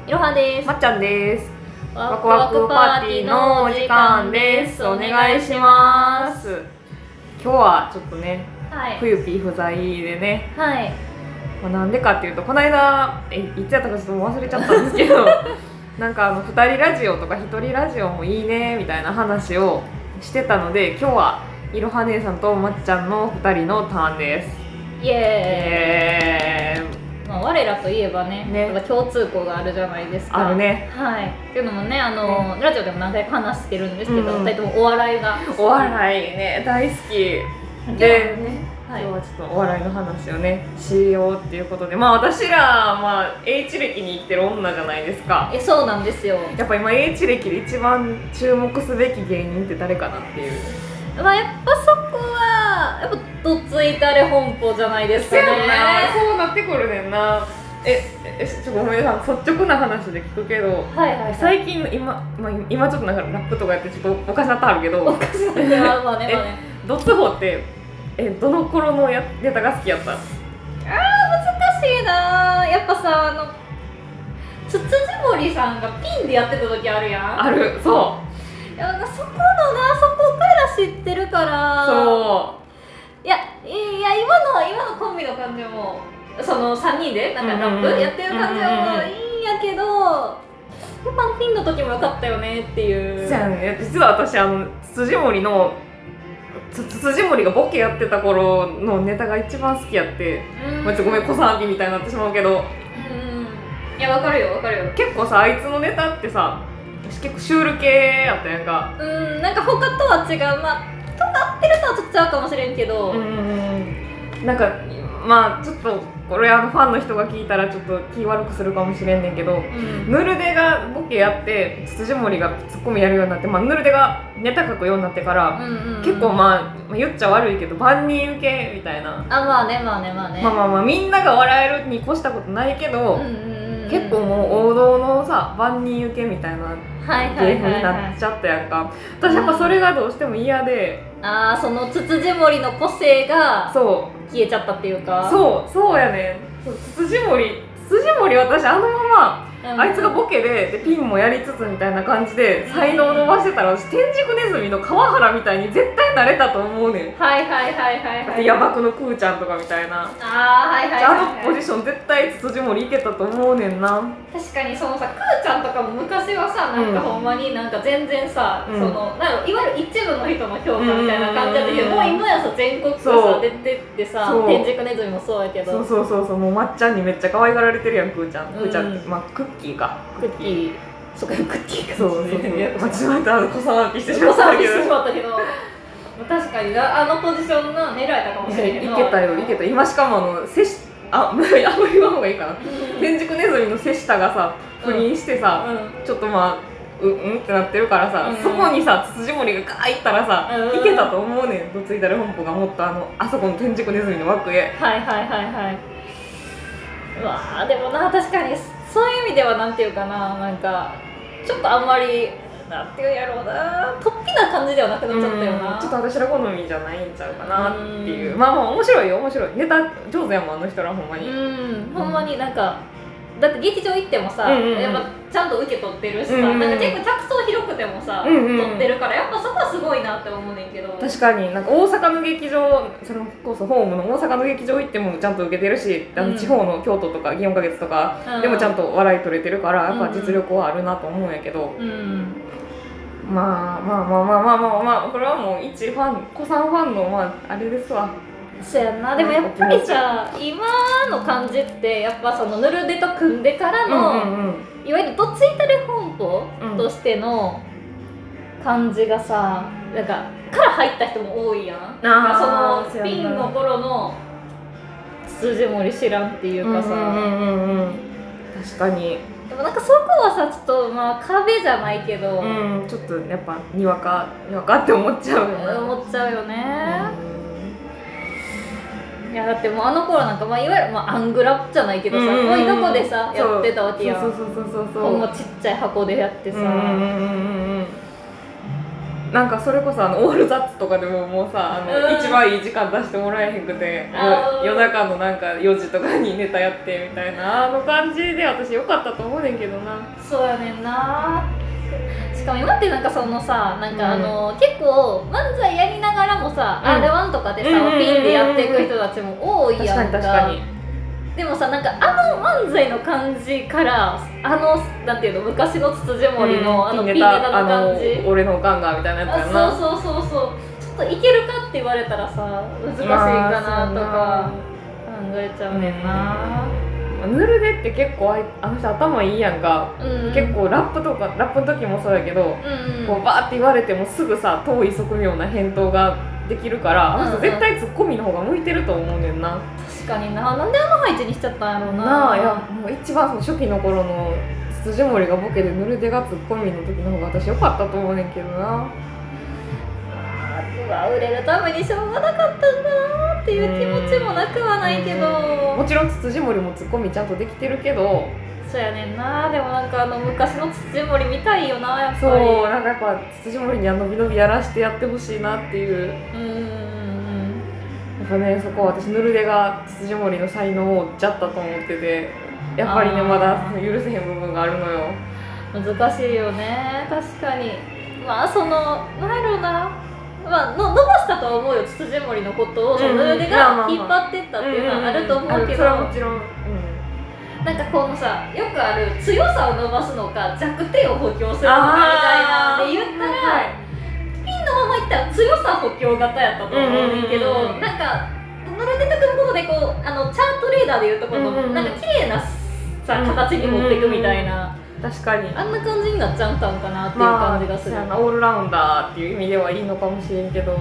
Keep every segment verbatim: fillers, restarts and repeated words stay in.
いろはです。 まっちゃんです。 ワワクワクパーティーのお時間です。お願いします。今日はちょっとね、 はい、 冬ピー不在でね、 はい、 まあ、なんでかっていうと、この間えいつやったかちょっと忘れちゃったんですけどなんかあのふたりラジオとかひとりラジオもいいねみたいな話をしてたので、今日はいろは姉さんとまっちゃんのふたりのターンです。 イエーイ。 イエーイ。 まあ、我らといえばね、ね、共通項があるじゃないですか。 あるね。 はい。っていうのもね、あの、ね、ラジオでも何回か話してるんですけど、 うんうん、 ふたりともお笑いがお笑いね大好きで、ね、はい、今日はちょっとお笑いの話をねしようっていうことで、まあ私ら、まあ、H 歴に生きてる女じゃないですか。 え、そうなんですよ。 やっぱ今 H 歴で一番注目すべき芸人って誰かなっていう。 まあやっぱそこはやっぱどついたれ本舗じゃないですかね。 そうなってくるねんな。ええちょっとごめんなさい、率直な話で聞くけど、 はいはいはい、最近今、まあ、今ちょっとなんかラップとかやってちょっとおかしなったあるけど、 おかしなったまあまあねまあね。 ドツホってえどの頃のやネタが好きやった？あー難しいな。やっぱさ、あのつつじ森さんがピンでやってた時あるやん。 ある。そう。 いや、そこのな、そこから知ってるから。 そう。 いやいや今の今のコンビの感じもそのさんにんでなんかラップやってる感じはいいんやけど、やっぱピンの時も良かったよねっていう。 そうやね。実は私あのつつじ森のつつじ森がボケやってた頃のネタが一番好きやって、まあ、ちょっとごめん小さんみたいになってしまうけど、 うん、いやわかるよわかるよ。 結構さあいつのネタってさ結構シュール系やったやんか。 うん、なんか他とは違う、まあ尖ってるとはちょっと違うかもしれんけど、 うん、なんかまあちょっとこれあのファンの人が聞いたらちょっと気悪くするかもしれんねんけど、うん、ヌルデがボケやってつつじ森がツッコミやるようになって、まあ、ヌルデがネタ書くようになってから、うんうんうん、結構、まあ、まあ言っちゃ悪いけど万人受けみたいな。 あ、まあねまあねまあねまあまあまあみんなが笑えるに越したことないけど、うんうんうん、結構もう王道のさ万人受けみたいな芸風になっちゃったやんか。私やっぱそれがどうしても嫌で、 うん、ああそのつつじ森の個性がそう消えちゃったっていうか。 そうそうやねん。つつじ森つつじ森私あのままあいつがボケ で, でピンもやりつつみたいな感じで才能を伸ばしてたら、私天竺ネズミの川原みたいに絶対なれたと思うねん。 はいはいはいはいはい。 ヤバクのクーちゃんとかみたいな。 ああはいはいはい、はい、 あのポジション絶対つつじ森いけたと思うねんな。 確かにそのさクーちゃんとかも昔はさなんかほんまになんか全然さ、うん、そのなんかいわゆる一部の人の評価みたいな感じだったけど、もう今やさ全国さ出てってさ天竺ネズミもそうやけど、 そうそうそうそう、もうまっちゃんにめっちゃ可愛がられてるやんクーちゃん。クーちゃんって、まあ、クッキーか。 クッキー、そうかクッキーか。 そうそうそう。間違えた、あの小騒ぎしてしまったけど。 してしまったけど。確かにあのポジションが狙えたかもしれないけど。 いけたよいけた。今しかもあのセシああんまり言わん方がいいかな。天竺ネズミのセシタがさ不倫してさ、うん、ちょっとまあううんってなってるからさ、うん、そこにさつつじ森がガーいったらさ、うん、いけたと思うねん。どついたれ本舗がもっとあのあそこの天竺ネズミの枠へ。 はいはいはいはい。うわーでもな確かにそういう意味ではなんていうかな、なんかちょっとあんまりなんていうんやろうな、突飛な感じではなくなっちゃったよな。 ちょっと私ら好みじゃないんちゃうかなっていう。まあまあ面白いよ面白い。ネタ上手やもんあの人らほんまに。 うんほんまになんかだって劇場行ってもさ、うんうんうん、やっぱちゃんと受け取ってるしさ、うんうん、なんか結構客層広くてもさ、うんうん、取ってるからやっぱそこはすごいなって思うねんけど。 確かになんか大阪の劇場それこそホームの大阪の劇場行ってもちゃんと受けてるし、あの地方の京都とか祇園花月とかでもちゃんと笑い取れてるからやっぱ実力はあるなと思うんやけど、うんうん、まあまあまあまあまあまあまあこれはもう一ファン子さんファンのまああれですわ。 そうやな。でもやっぱりさ今の感じってやっぱそのヌルデと組んでからの、うんうんうん、いわゆるどついたれ本舗としての感じがさ、なんかから入った人も多いやん。なんかそのピンの頃のつつじ森知らんっていうかさ、うんうんうんうん、 確かに。 でもなんかそこはさちょっとまあ壁じゃないけど、 うん、ちょっとやっぱにわかにわかって思っちゃうよね。 思っちゃうよね。いやだってもうあの頃なんか、まあ、いわゆる、まあ、アングラじゃないけどさ、こういうとこでさやってたわけやん。 そうそうそうそうそう。 ほんまちっちゃい箱でやってさ、うんうんうんうん、 なんかそれこそあのオールザッツとかでももうさあの、うん、一番いい時間出してもらえへんくて夜中のなんかよじとかにネタやってみたいなあの感じで私よかったと思うねんけどな。 そうやねんな。しかも今ってなんかそのさなんかあの、うん、結構漫才やりながらもさ、うん、アールワン とかでさ、うん、ピンでやっていく人たちも多いやんか。確かに確かに。でもさなんかあの漫才の感じからあのなんていうの昔の筒地森の、うん、あのピンネタの感じ、 俺のおかんがみたいなやつやな。 そうそうそうそうちょっといけるかって言われたらさ難しいかなとか考えちゃうねんな。 ヌルデって結構あの人頭いいやんか、うんうん、結構ラップとかラップの時もそうやけど、うんうん、こうバーって言われてもすぐさ遠い側面な返答ができるからあの人絶対ツッコミの方が向いてると思うねんな。 確かにな。なんであの配置にしちゃったんやろうな。 なあいやもう一番その初期の頃の筒地森がボケでヌルデがツッコミの時の方が私良かったと思うねんけどな。 うわ売れるためにしょうがなかったんだなっていう気持ちもなくはないけど、 もちろん筒地森もツッコミちゃんとできてるけど。 そうやねんな。でもなんかあの昔の筒地森見たいよなやっぱり。 そうなんかやっぱ筒地森にはのびのびやらしてやってほしいなっていう。 うんやっぱねそこは私ヌルデが筒地森の才能を追っちゃったと思っててやっぱりねまだ許せへん部分があるのよ。 難しいよね確かに。まあそのなんやろうな、まあ、の伸ばしたとは思うよ筒地森のことを、うん、ヌルデが引っ張ってったっていうのはあると思うけど、それはもちろん、うん、なんかこのさよくある強さを伸ばすのか弱点を補強するのかみたいなんで言ったら、はい、ピンのままいったら強さ補強型やったと思うねんけど、なんかヌルデと組むことでこうあのチャートレーダーでいうところの、うんうん、なんか綺麗なさ形に持っていくみたいな、 うんうん、確かにあんな感じになっちゃったんかなっていう感じがする、 まあ、オールラウンダーっていう意味ではいいのかもしれんけど、うん、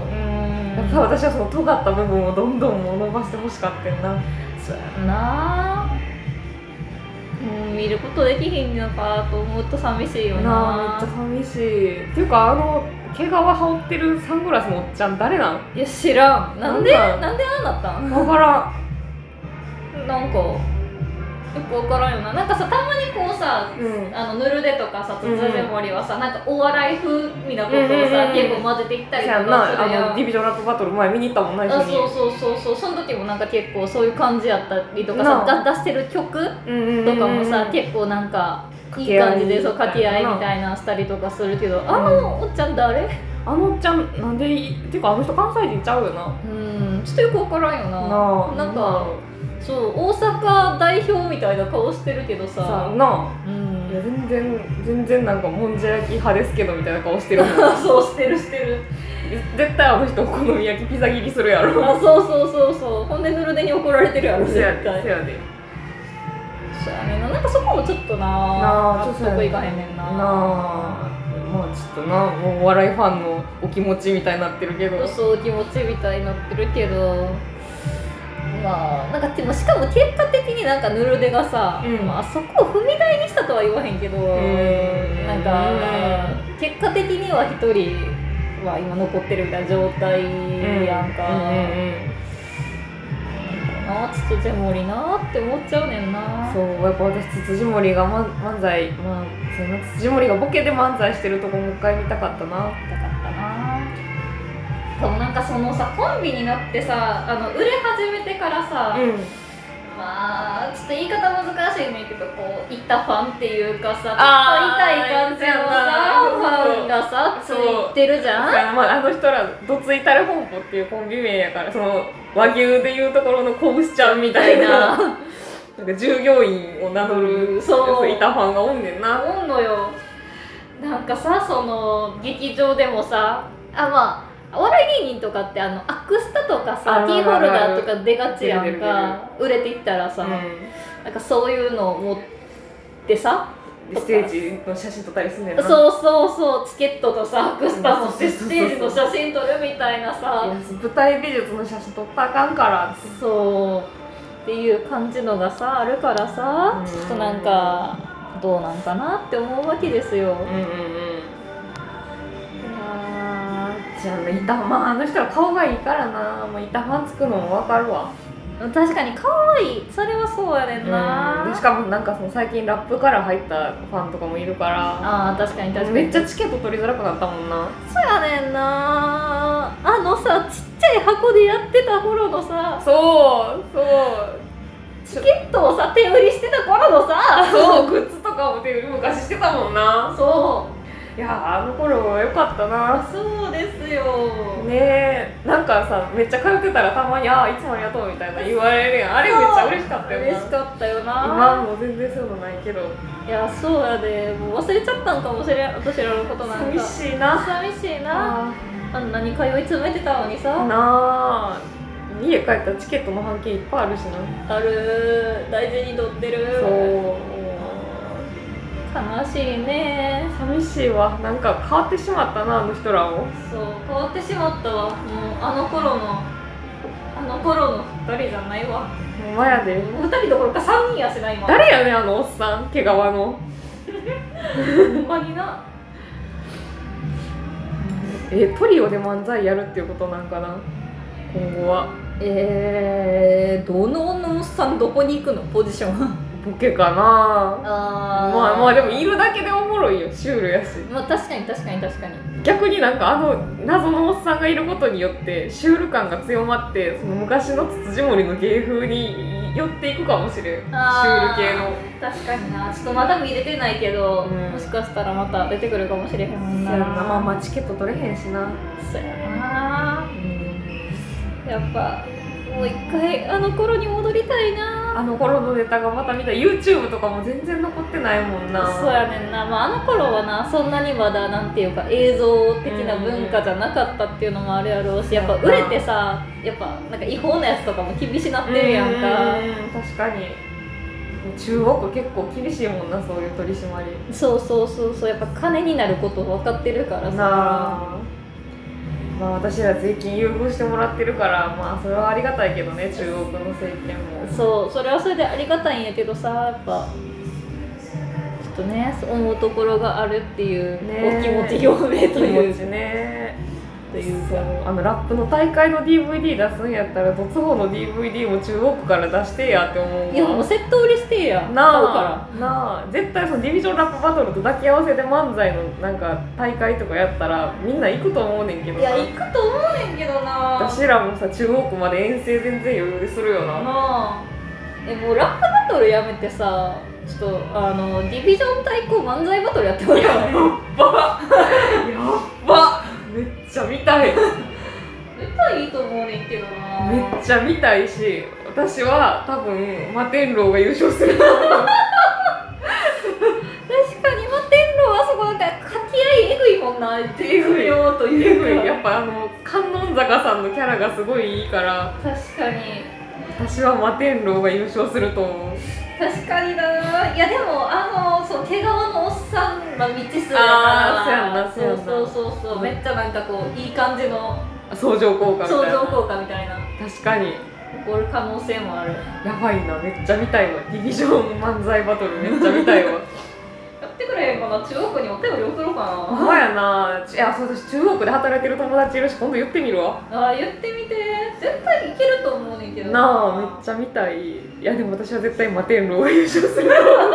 やっぱ私はその尖った部分をどんどん伸ばしてほしかったよな。 そうやな、うん、見ることできひんのかと思うと寂しいよな。 なあめっちゃ寂しいっていうかあの毛皮羽織ってるサングラスのおっちゃん誰なん？ いや知らん。なんでなんでああなったん？ 分からん。なんかよく分からんよな。なんかさたまにこうさ、うん、あのヌルデとかさ筒地森はさ、うん、なんかお笑い風味なことをさ、うんうんうん、結構混ぜていったりとかするやん。 あのディビジョンラップバトル前見に行ったもんな一緒に。 そうそうそうそうその時もなんか結構そういう感じやったりとかさ出してる曲とかもさ結構なんかいい感じでそう掛け合いみたいなしたりとかするけど、あのおっちゃん誰？ あのおっちゃんなんでいいっていうかあの人関西人ちゃうよな。 うんちょっとよく分からんよな。な, なんかそう大阪代表みたいな顔してるけどさ。 さあなあ、うん、いや全然全然なんかもんじゃ焼き派ですけどみたいな顔してるもんそうしてるしてる。 絶対あの人お好み焼きピザ切りするやろ。 あそうそうそうそう。ほんでヌルデに怒られてるやろ絶対。 せやで。 そうやねんな。なんかそこもちょっとな納得いかへんねんな。なあまあちょっとなもうお笑いファンのお気持ちみたいになってるけど。 そうお気持ちみたいになってるけど。まあなんかでもしかも結果的になんかヌルデがさ、うんまあそこを踏み台にしたとは言わへんけど、うんなんか結果的には一人は今残ってるみたいな状態やんか。な筒地森なって思っちゃうねんな。 そうやっぱ私筒地森が、ま、漫才まあその筒地森がボケで漫才してるとこもう一回見たかったな。 見たかったな。でもなんかそのさコンビになってさあの売れ始めてからさ、うん、まあちょっと言い方難しいねんけどこういったファンっていうかさちょっと痛い感じのさファンがさついてるじゃん。 まあ、あの人らどついたれ本舗っていうコンビ名やからその和牛でいうところのこぶしちゃんみたいななんか従業員を名乗るそういたファンがおんねんな。 おんのよ。なんかさその劇場でもさあまあお笑い芸人とかってあのアクスタとかさキーホルダーとか出がちやんか売れていったらさ、うん、なんかそういうのを持ってさステージの写真撮ったりすんねんな。 そうそうそうチケットとさアクスタ持ってステージの写真撮るみたいなさ舞台美術の写真撮ったらあかんからそうっていう感じのがさあるからさ、うん、ちょっとなんかどうなんかなって思うわけですよ。うんうんうんじゃあね、板まああの人は顔がいいからな、もう板ファンつくのも分かるわ。 確かに可愛い、それはそうやねんな、 うん、しかもなんかその最近ラップから入ったファンとかもいるから、 あー確かに確かにめっちゃチケット取りづらくなったもんな。 そうやねんな、あのさちっちゃい箱でやってた頃のさ、 そうそうチケットをさ手売りしてた頃のさ、 そうグッズとかも手売り昔してたもんな。 そういやあの頃は良かったな。 そうですよねえ、なんかさめっちゃ通ってたらたまにああいつもありがとうみたいな言われるやん。あれめっちゃ嬉しかったよな。 嬉しかったよな。 今はもう全然そういうのないけど。 いやそうやで、もう忘れちゃったんかもしれん、私らのことなんか。 寂しいな。 寂しいな。あんなに通い詰めてたのにさ。 なあ、家帰ったらチケットの半券いっぱいあるしな。 ある、大事に取ってる。 そう悲しいね。 寂しいわ。なんか変わってしまったな、あの人らも。 そう変わってしまったわ。もうあの頃のあの頃のふたりじゃないわ。 ほんまやで。 ふたりどころかさんにんやしな今。 誰やねんあのおっさん、毛皮の。ほんまにな。 えトリオで漫才やるっていうことなんかな、今後は。 えー、どの女のおっさんどこに行くの、ポジション。 ボケかなあ。まあまあでもいるだけでおもろいよ、シュールやし。 まあ確かに確かに確かに。 逆になんかあの謎のおっさんがいることによってシュール感が強まって、その昔のつつじ森の芸風に寄っていくかもしれん。シュール系の。 確かにな、ちょっとまだ見れてないけど、うん、もしかしたらまた出てくるかもしれへんもんな。 そうやな、まあまあチケット取れへんしな。 そうやな、うん、やっぱもう一回あの頃に戻りたいな。 あの頃のネタがまた見た YouTube とかも全然残ってないもんな。 そうやねんな、まあ、あの頃はなそんなにまだなんていうか映像的な文化じゃなかったっていうのもあるやろうし、やっぱ売れてさ、やっぱなんか違法なやつとかも厳しなってるやんか。 うん、確かに中国結構厳しいもんな、そういう取り締まり。 そうそうそうそう、やっぱ金になること分かってるからさ。 まあ私ら税金優遇してもらってるから、まあそれはありがたいけどね、中国の政権も。 そう、それはそれでありがたいんやけどさ、やっぱちょっとね思うところがあるっていう、ね、お気持ち表明という気持ちね。 というか、 あのラップの大会の ディーブイディー 出すんやったらどつほの ディーブイディー も中国から出してやって思うわ。 いやもうセット売りしてやなあなあ、絶対そのディビジョンラップバトルと抱き合わせで漫才のなんか大会とかやったらみんな行くと思うねんけど。 いや行くと思うねんけどな。 私らもさ中国まで遠征全然余裕でするよな。なあえもうラップバトルやめてさ、ちょっとあのディビジョン対抗漫才バトルやってもらうよ。やっばやっばめっちゃ見たい。 絶対いいと思うねんけどな。 めっちゃ見たいし、私は多分摩天楼が優勝すると思う。確かに摩天楼はそこなんか掛け合いえぐいもんな。えぐいよというか、 やっぱあの観音坂さんのキャラがすごいいいから。 確かに私は摩天楼が優勝すると思う。 確かにな。いやでもあのそう毛皮のおっさんの道すやから。 あそうやんな、 そうやんな。そうそうそうそう、うん、めっちゃなんかこういい感じの相乗効果みたいな。 相乗効果みたいな。 確かに起こる可能性もある。 やばいな、めっちゃ見たいわ。ディビジョン漫才バトルめっちゃ見たいわ。 やってくれへんかな、中国にお便り送ろうかな。 ほんまやな。いや、そう私中国で働いてる友達いるし、今度言ってみるわ。 あ言ってみて、絶対いけると思うねんけどな。 なあ、めっちゃ見たい。いやでも私は絶対摩天楼が優勝する。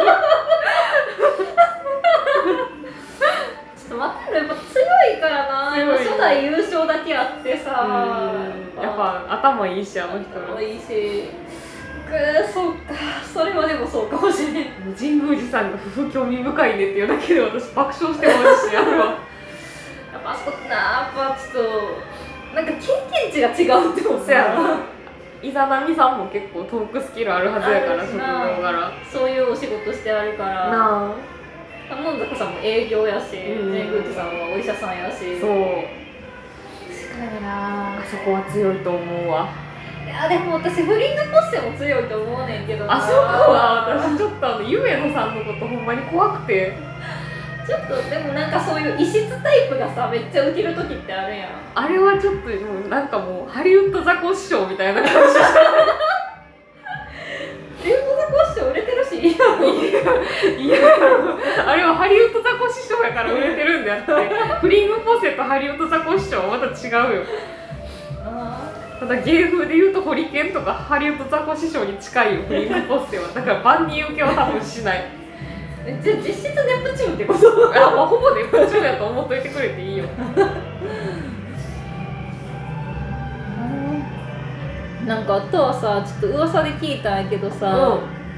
摩天楼やっぱ強いからな。強い。初代優勝だけあってさ、 やっぱ頭いいし、あの人頭いいし。くー、そうか、それはでもそうかもしれない。 神宮寺さんが不興味深いねっていうだけで私爆笑してもらうし、あれは。 やっぱあそこな、やっぱちょっとなんか経験値が違うってことやな。 イザナミさんも結構トークスキルあるはずやから、職業柄そういうお仕事してあるから。なあ。観音坂さんも営業やし、神宮寺さんはお医者さんやし。そう。確かにな。 あそこは強いと思うわ。 いやでも私フリングポッセも強いと思うねんけどな。 あそこは私ちょっとあの夢野さんのことほんまに怖くて。 ちょっとでもなんかそういう異質タイプがさめっちゃウケる時ってあるやん。 あれはちょっともうなんかもうハリウッドザコシショウみたいな感じ。 ハリウッドザコシショウ売れてるしいいやろ。 いやあれはハリウッドザコシショウやから売れてるんであって、フリングポッセとハリウッドザコシショウはまた違うよ。 あただ芸風でいうとホリケンとかハリウッドザコ師匠に近いよフリングポッセは。だから万人受けは多分しない。 えじゃあ実質ネプチューンってこと？ あ、まあ、ほぼネプチューンやと思っといてくれていいよ。 なんかあとはさ、ちょっと噂で聞いたんやけどさ、 うん、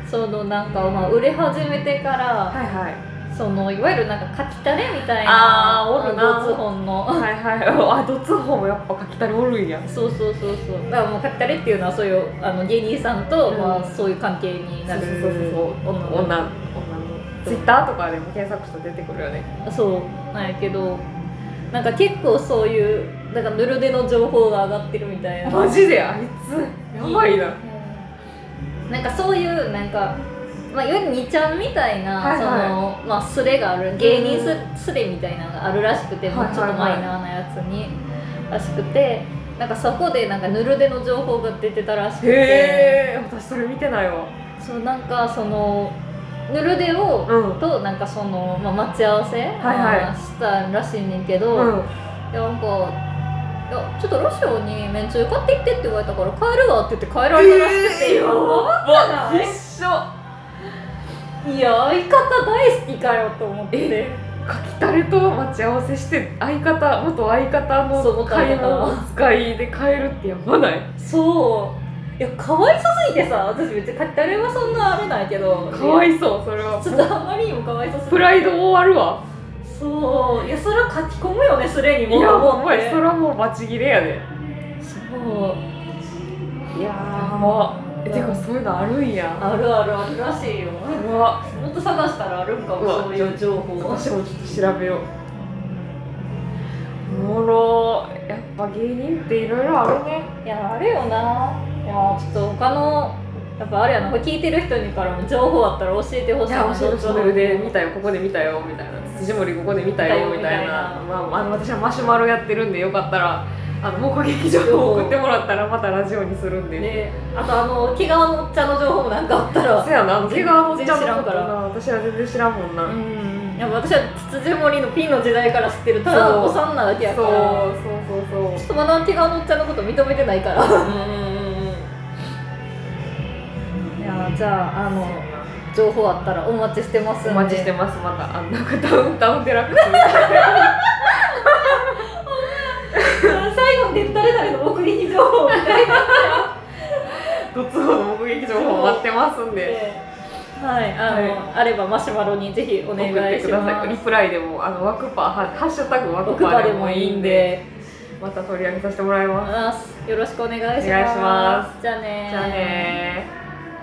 そのなんかまあ売れ始めてから、 はいはい、 そのいわゆるなんか書きたれみたいな、 あーおるな、 ドツ本のはいはい、あ、ドツ本もやっぱ書きたれおるんや。 そうそうそうそう、だからもう書きたれっていうのはそういうあの芸人さんと、うん、まあ、そういう関係になるそうそうそうそう女の女のツイッターとかでも検索したら出てくるよね。 そうなんやけど、なんか結構そういうなんかヌルデの情報が上がってるみたいな。 マジであいつやばいな。 なんかそういうなんか、まあ、いわゆるにちゃんみたいな、はいはい、そのまあ、スレがある芸人スレみたいなのがあるらしくて、もうちょっとマイナーなやつにらしくて、なんかそこでなんかヌルデの情報が出てたらしくて、 へー、私それ見てないわ。 そう、なんかそのヌルデを、うん、となんかその、まあ、待ち合わせ、はいはい、したらしいねんけど、うん、いやなんかいやちょっとロシオにめんつゆ買っていってって言われたから帰るわって言って帰られたらしくて、えー、やばくない？一緒。いや相方大好きかよと思って、 かきたれと待ち合わせして相方元相方の買い物使いで帰るってやばない？ そう、いやかわいそすぎてさ、私別にかきたれはそんなあれないけど、 かわいそう、それはちょっとあまりにもかわいそすぎてプライド終わるわ。 そう、いやそれは書き込むよね、それにも。 いやお前それはもうバチギレやで。 そう、 いやーもう、え、てかそういうのあるんや。 あるあるあるらしいよ。 うわ、 もっと探したらあるんかも、そういう情報。 私もちょっと調べよう。おもろ、やっぱ芸人っていろいろあるね。 いやあるよな。いやちょっと他のやっぱあれやな、これ聞いてる人にからも情報あったら教えてほしいな。 いや教えてほしい。で見たよ、ここで見たよみたいな、辻森ここで見たよみたいな。まあ、あの私はマシュマロやってるんでよかったらあの目撃情報送ってもらったらまたラジオにするんで、ね、 あとあの毛皮のおっちゃんの情報もなんかあったら。 そうやな、あの毛皮のおっちゃん知らんから私は全然知らんもんな。うん、 やっぱ私は辻森のピンの時代から知ってるただのおさんなだけやから、 そうそうそうそう、 ちょっとまだ毛皮のおっちゃんのこと認めてないから。うんうんうん、いやじゃああの情報あったらお待ちしてますんで。 お待ちしてます。またあのなんかダウンタウンデラックスみたいな最後に誰々の目撃情報みたいなどつほの目撃情報待ってますんで、 はい、あの、はい、あればマシュマロにぜひお願いします。送ってください。 リプライでもあのワクパーハッシュタグワクパーでもいいんで、また取り上げさせてもらいます。 よろしくお願いします。 お願いします。 じゃあねー。 じゃあねー。